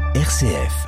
RCF.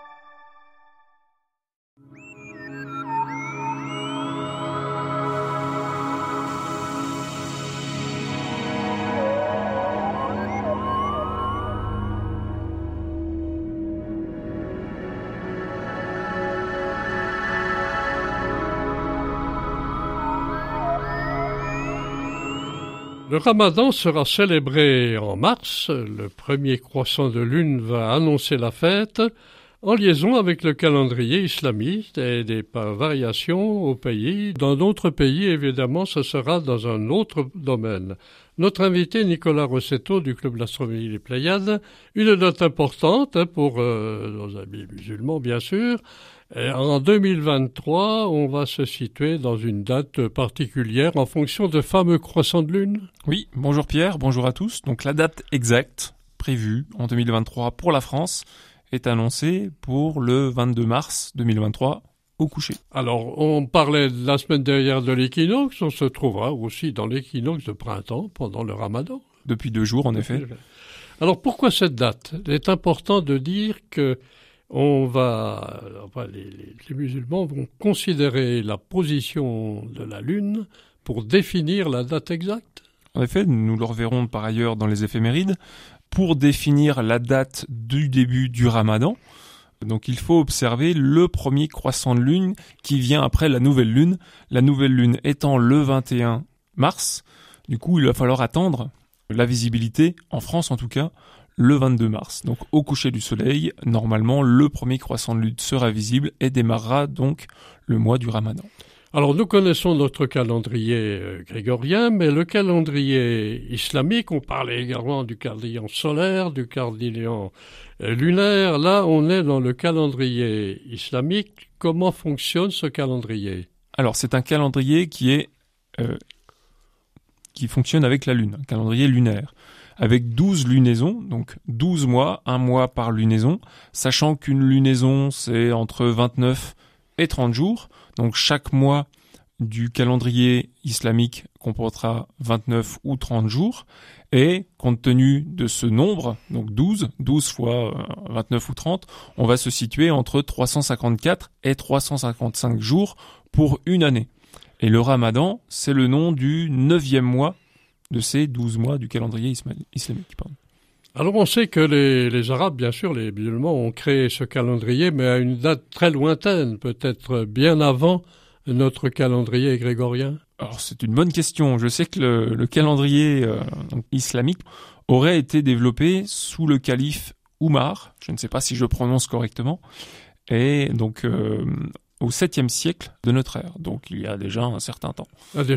Le Ramadan sera célébré en mars. Le premier croissant de lune va annoncer la fête en liaison avec le calendrier islamiste et des variations au pays. Dans d'autres pays, évidemment, ce sera dans un autre domaine. Notre invité, Nicolas Rossetto du Club d'Astronomie Les Pléiades, une note importante pour nos amis musulmans, bien sûr. Et en 2023, on va se situer dans une date particulière en fonction de fameux croissants de lune. Oui, bonjour Pierre, bonjour à tous. Donc la date exacte prévue en 2023 pour la France est annoncée pour le 22 mars 2023 au coucher. Alors, on parlait la semaine dernière de l'équinoxe, on se trouvera aussi dans l'équinoxe de printemps pendant le Ramadan. Depuis 2 jours, en effet. Alors, pourquoi cette date ? Il est important de dire que les musulmans vont considérer la position de la Lune pour définir la date exacte. En effet, nous le reverrons par ailleurs dans les éphémérides, pour définir la date du début du Ramadan. Donc il faut observer le premier croissant de lune qui vient après la nouvelle lune étant le 21 mars. Du coup, il va falloir attendre la visibilité, en France en tout cas, le 22 mars. Donc au coucher du soleil, normalement, le premier croissant de lune sera visible et démarrera donc le mois du Ramadan. Alors nous connaissons notre calendrier grégorien, mais le calendrier islamique, on parlait également du calendrier solaire, du calendrier lunaire. Là, on est dans le calendrier islamique. Comment fonctionne ce calendrier ? Alors c'est un calendrier qui fonctionne avec la lune, un calendrier lunaire, avec 12 lunaisons, donc 12 mois, un mois par lunaison, sachant qu'une lunaison c'est entre 29 et 30 jours, donc chaque mois du calendrier islamique comportera 29 ou 30 jours, et compte tenu de ce nombre, donc 12 fois 29 ou 30, on va se situer entre 354 et 355 jours pour une année. Et le Ramadan, c'est le nom du 9e mois de ces 12 mois du calendrier islamique. Alors on sait que les Arabes, bien sûr, les musulmans ont créé ce calendrier, mais à une date très lointaine, peut-être bien avant notre calendrier grégorien. Alors c'est une bonne question. Je sais que le calendrier islamique aurait été développé sous le calife Oumar, je ne sais pas si je prononce correctement, et donc au 7e siècle de notre ère, donc il y a déjà un certain temps.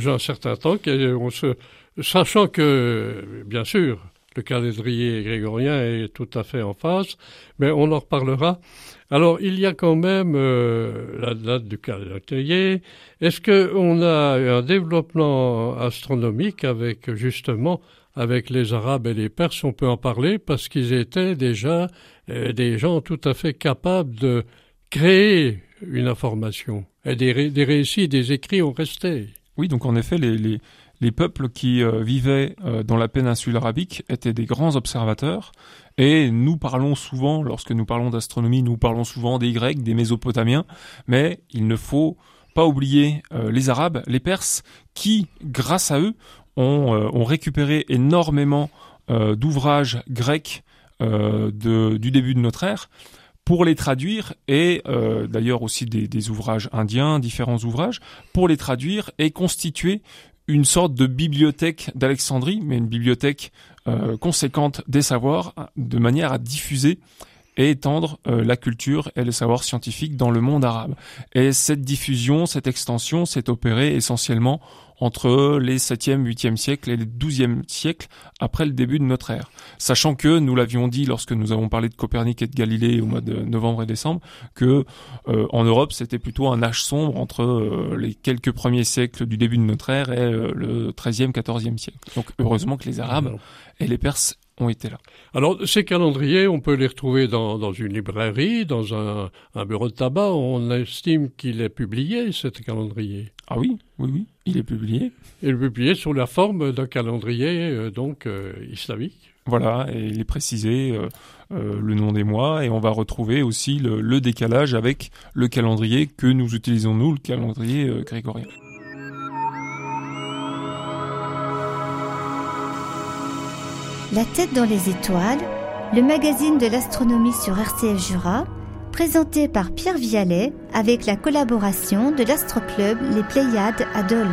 Sachant que, bien sûr, le calendrier grégorien est tout à fait en phase, mais on en reparlera. Alors, il y a quand même la date du calendrier. Est-ce qu'on a un développement astronomique avec les Arabes et les Perses? On peut en parler parce qu'ils étaient déjà des gens tout à fait capables de créer une information. Et des récits, des écrits ont resté. Oui, donc en effet, les peuples qui vivaient dans la péninsule arabique étaient des grands observateurs, et nous parlons souvent, lorsque nous parlons d'astronomie, nous parlons souvent des Grecs, des Mésopotamiens, mais il ne faut pas oublier les Arabes, les Perses, qui, grâce à eux, ont récupéré énormément d'ouvrages grecs du début de notre ère, pour les traduire, et d'ailleurs aussi des ouvrages indiens, différents ouvrages, pour les traduire et constituer une sorte de bibliothèque d'Alexandrie, mais une bibliothèque conséquente des savoirs, de manière à diffuser et étendre la culture et les savoirs scientifiques dans le monde arabe. Et cette diffusion, cette extension s'est opérée essentiellement entre les 7e, 8e siècles et les 12e siècles après le début de notre ère. Sachant que, nous l'avions dit lorsque nous avons parlé de Copernic et de Galilée au mois de novembre et décembre, que en Europe c'était plutôt un âge sombre entre les quelques premiers siècles du début de notre ère et le 13e, 14e siècle. Donc heureusement que les Arabes et les Perses ont été là. Alors, ces calendriers, on peut les retrouver dans une librairie, dans un bureau de tabac. On estime qu'il est publié, ce calendrier. Ah oui, il est publié. Il est publié sous la forme d'un calendrier islamique. Voilà, et il est précisé le nom des mois, et on va retrouver aussi le décalage avec le calendrier que nous utilisons, nous, le calendrier grégorien. La tête dans les étoiles, le magazine de l'astronomie sur RCF Jura, présenté par Pierre Vialet avec la collaboration de l'Astroclub Les Pléiades à Dole.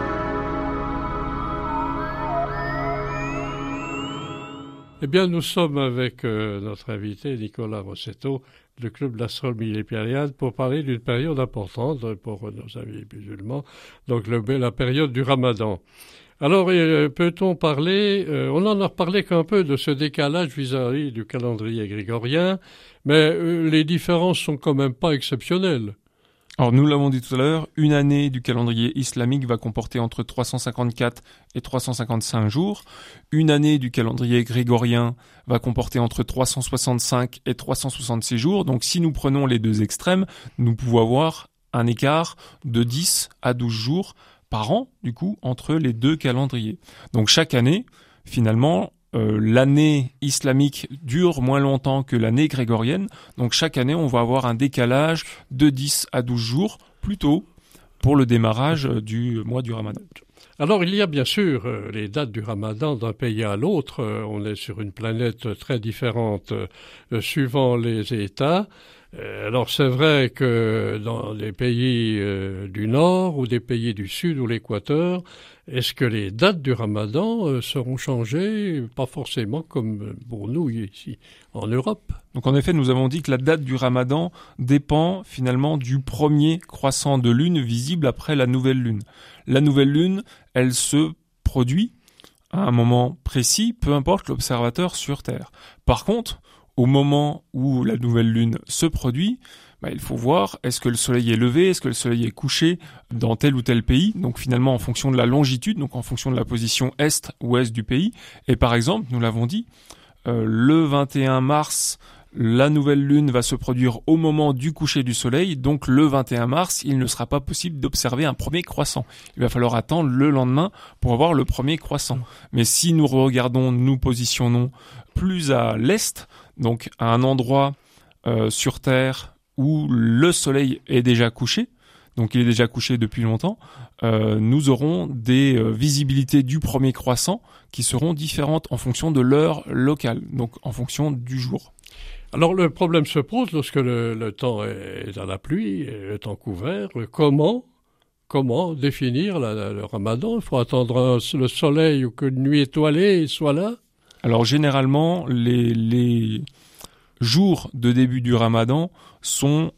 Eh bien, nous sommes avec notre invité Nicolas Rossetto, du club d'astronomie Les Pléiades, pour parler d'une période importante pour nos amis musulmans, donc la période du Ramadan. Alors, peut-on parler, on en a reparlé qu'un peu de ce décalage vis-à-vis du calendrier grégorien, mais les différences sont quand même pas exceptionnelles. Alors nous l'avons dit tout à l'heure, une année du calendrier islamique va comporter entre 354 et 355 jours. Une année du calendrier grégorien va comporter entre 365 et 366 jours. Donc si nous prenons les deux extrêmes, nous pouvons avoir un écart de 10 à 12 jours par an, du coup, entre les deux calendriers. Donc chaque année, finalement, l'année islamique dure moins longtemps que l'année grégorienne. Donc chaque année, on va avoir un décalage de 10 à 12 jours, plus tôt, pour le démarrage du mois du Ramadan. Alors il y a bien sûr les dates du Ramadan d'un pays à l'autre. On est sur une planète très différente suivant les États. Alors c'est vrai que dans les pays du Nord ou des pays du Sud ou l'Équateur, est-ce que les dates du Ramadan seront changées? Pas forcément comme pour nous ici en Europe. Donc en effet, nous avons dit que la date du Ramadan dépend finalement du premier croissant de lune visible après la nouvelle lune. La nouvelle lune, elle se produit à un moment précis, peu importe l'observateur sur Terre. Par contre, au moment où la nouvelle lune se produit, il faut voir est-ce que le soleil est levé, est-ce que le soleil est couché dans tel ou tel pays, donc finalement en fonction de la longitude, donc en fonction de la position est-ouest du pays. Et par exemple, nous l'avons dit, le 21 mars, la nouvelle lune va se produire au moment du coucher du soleil, donc le 21 mars, il ne sera pas possible d'observer un premier croissant. Il va falloir attendre le lendemain pour avoir le premier croissant. Mais si nous regardons, nous positionnons plus à l'est, donc à un endroit sur Terre où le soleil est déjà couché, donc il est déjà couché depuis longtemps, nous aurons des visibilités du premier croissant qui seront différentes en fonction de l'heure locale, donc en fonction du jour. Alors le problème se pose lorsque le temps est dans la pluie, le temps couvert. Comment définir le Ramadan? Il faut attendre le soleil ou qu'une nuit étoilée soit là? Alors généralement, les jours de début du Ramadan sont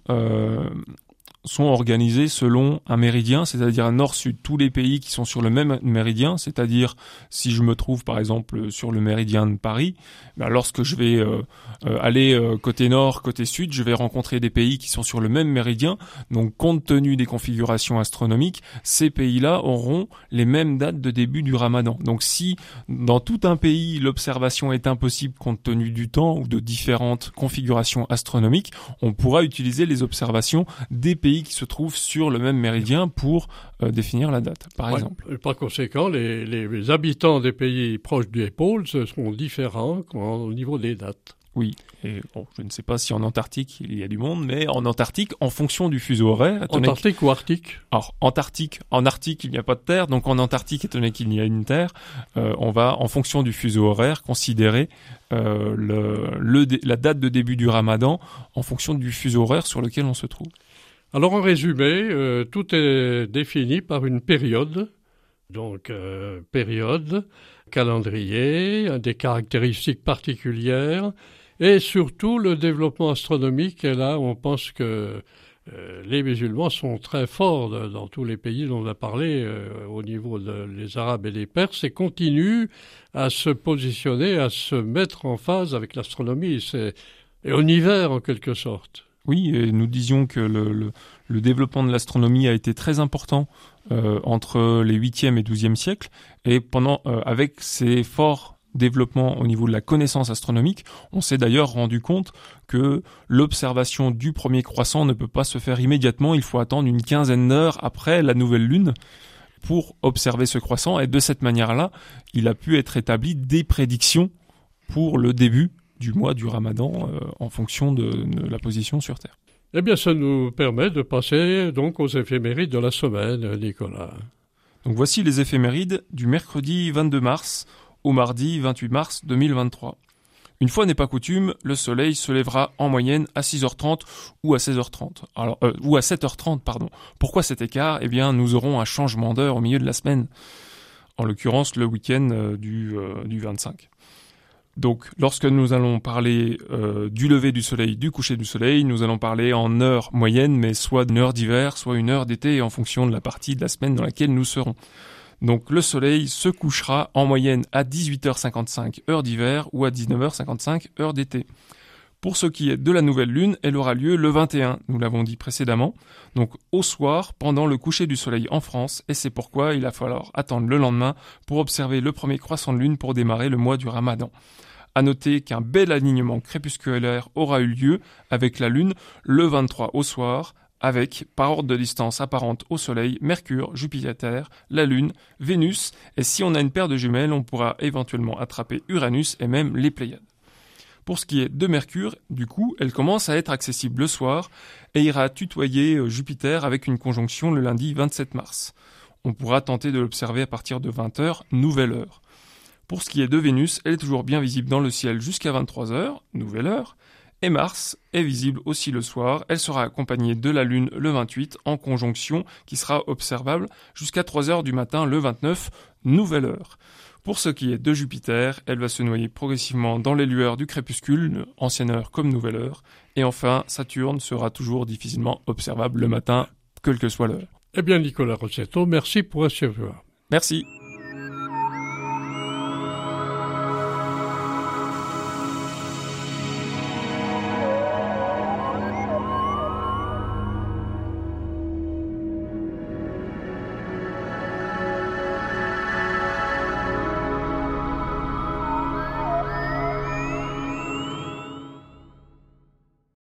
organisés selon un méridien, c'est-à-dire un nord-sud. Tous les pays qui sont sur le même méridien, c'est-à-dire si je me trouve par exemple sur le méridien de Paris, lorsque je vais aller côté nord, côté sud, je vais rencontrer des pays qui sont sur le même méridien. Donc compte tenu des configurations astronomiques, ces pays-là auront les mêmes dates de début du Ramadan. Donc si dans tout un pays l'observation est impossible compte tenu du temps ou de différentes configurations astronomiques, on pourra utiliser les observations des pays qui se trouvent sur le même méridien pour définir la date, par exemple. Par conséquent, les habitants des pays proches des pôles seront différents au niveau des dates. Oui, et je ne sais pas si en Antarctique il y a du monde, mais en Antarctique, en fonction du fuseau horaire... Antarctique ou Arctique? Alors, en Arctique, il n'y a pas de terre, donc en Antarctique, étant donné qu'il y a une terre, on va, en fonction du fuseau horaire, considérer la date de début du Ramadan en fonction du fuseau horaire sur lequel on se trouve. Alors en résumé, tout est défini par une période, donc période, calendrier, des caractéristiques particulières et surtout le développement astronomique. Et là, on pense que les musulmans sont très forts dans tous les pays dont on a parlé au niveau des Arabes et des Perses et continuent à se positionner, à se mettre en phase avec l'astronomie. C'est un hiver en quelque sorte. Oui, et nous disions que le développement de l'astronomie a été très important entre les 8e et 12e siècles, et avec ces forts développements au niveau de la connaissance astronomique, on s'est d'ailleurs rendu compte que l'observation du premier croissant ne peut pas se faire immédiatement, il faut attendre une quinzaine d'heures après la nouvelle lune pour observer ce croissant, et de cette manière-là, il a pu être établi des prédictions pour le début du mois du Ramadan en fonction de la position sur Terre. Eh bien, ça nous permet de passer donc aux éphémérides de la semaine, Nicolas. Donc voici les éphémérides du mercredi 22 mars au mardi 28 mars 2023. Une fois n'est pas coutume, le soleil se lèvera en moyenne à 6h30 ou à 16h30. Ou à 7h30, pardon. Pourquoi cet écart ? Eh bien, nous aurons un changement d'heure au milieu de la semaine. En l'occurrence, le week-end du 25. Donc, lorsque nous allons parler du lever du soleil, du coucher du soleil, nous allons parler en heure moyenne, mais soit une heure d'hiver, soit une heure d'été, en fonction de la partie de la semaine dans laquelle nous serons. Donc le soleil se couchera en moyenne à 18h55 heure d'hiver ou à 19h55 heure d'été. Pour ce qui est de la nouvelle lune, elle aura lieu le 21, nous l'avons dit précédemment, donc au soir pendant le coucher du soleil en France, et c'est pourquoi il va falloir attendre le lendemain pour observer le premier croissant de lune pour démarrer le mois du Ramadan. À noter qu'un bel alignement crépusculaire aura eu lieu avec la lune le 23 au soir, avec, par ordre de distance apparente au Soleil, Mercure, Jupiter, la Lune, Vénus, et si on a une paire de jumelles, on pourra éventuellement attraper Uranus et même les Pléiades. Pour ce qui est de Mercure, du coup, elle commence à être accessible le soir et ira tutoyer Jupiter avec une conjonction le lundi 27 mars. On pourra tenter de l'observer à partir de 20h, nouvelle heure. Pour ce qui est de Vénus, elle est toujours bien visible dans le ciel jusqu'à 23h, nouvelle heure, et Mars est visible aussi le soir. Elle sera accompagnée de la Lune le 28 en conjonction qui sera observable jusqu'à 3h du matin le 29, nouvelle heure. Pour ce qui est de Jupiter, elle va se noyer progressivement dans les lueurs du crépuscule, ancienne heure comme nouvelle heure. Et enfin, Saturne sera toujours difficilement observable le matin, quelle que soit l'heure. Eh bien, Nicolas Rossetto, merci pour ce soir. Merci.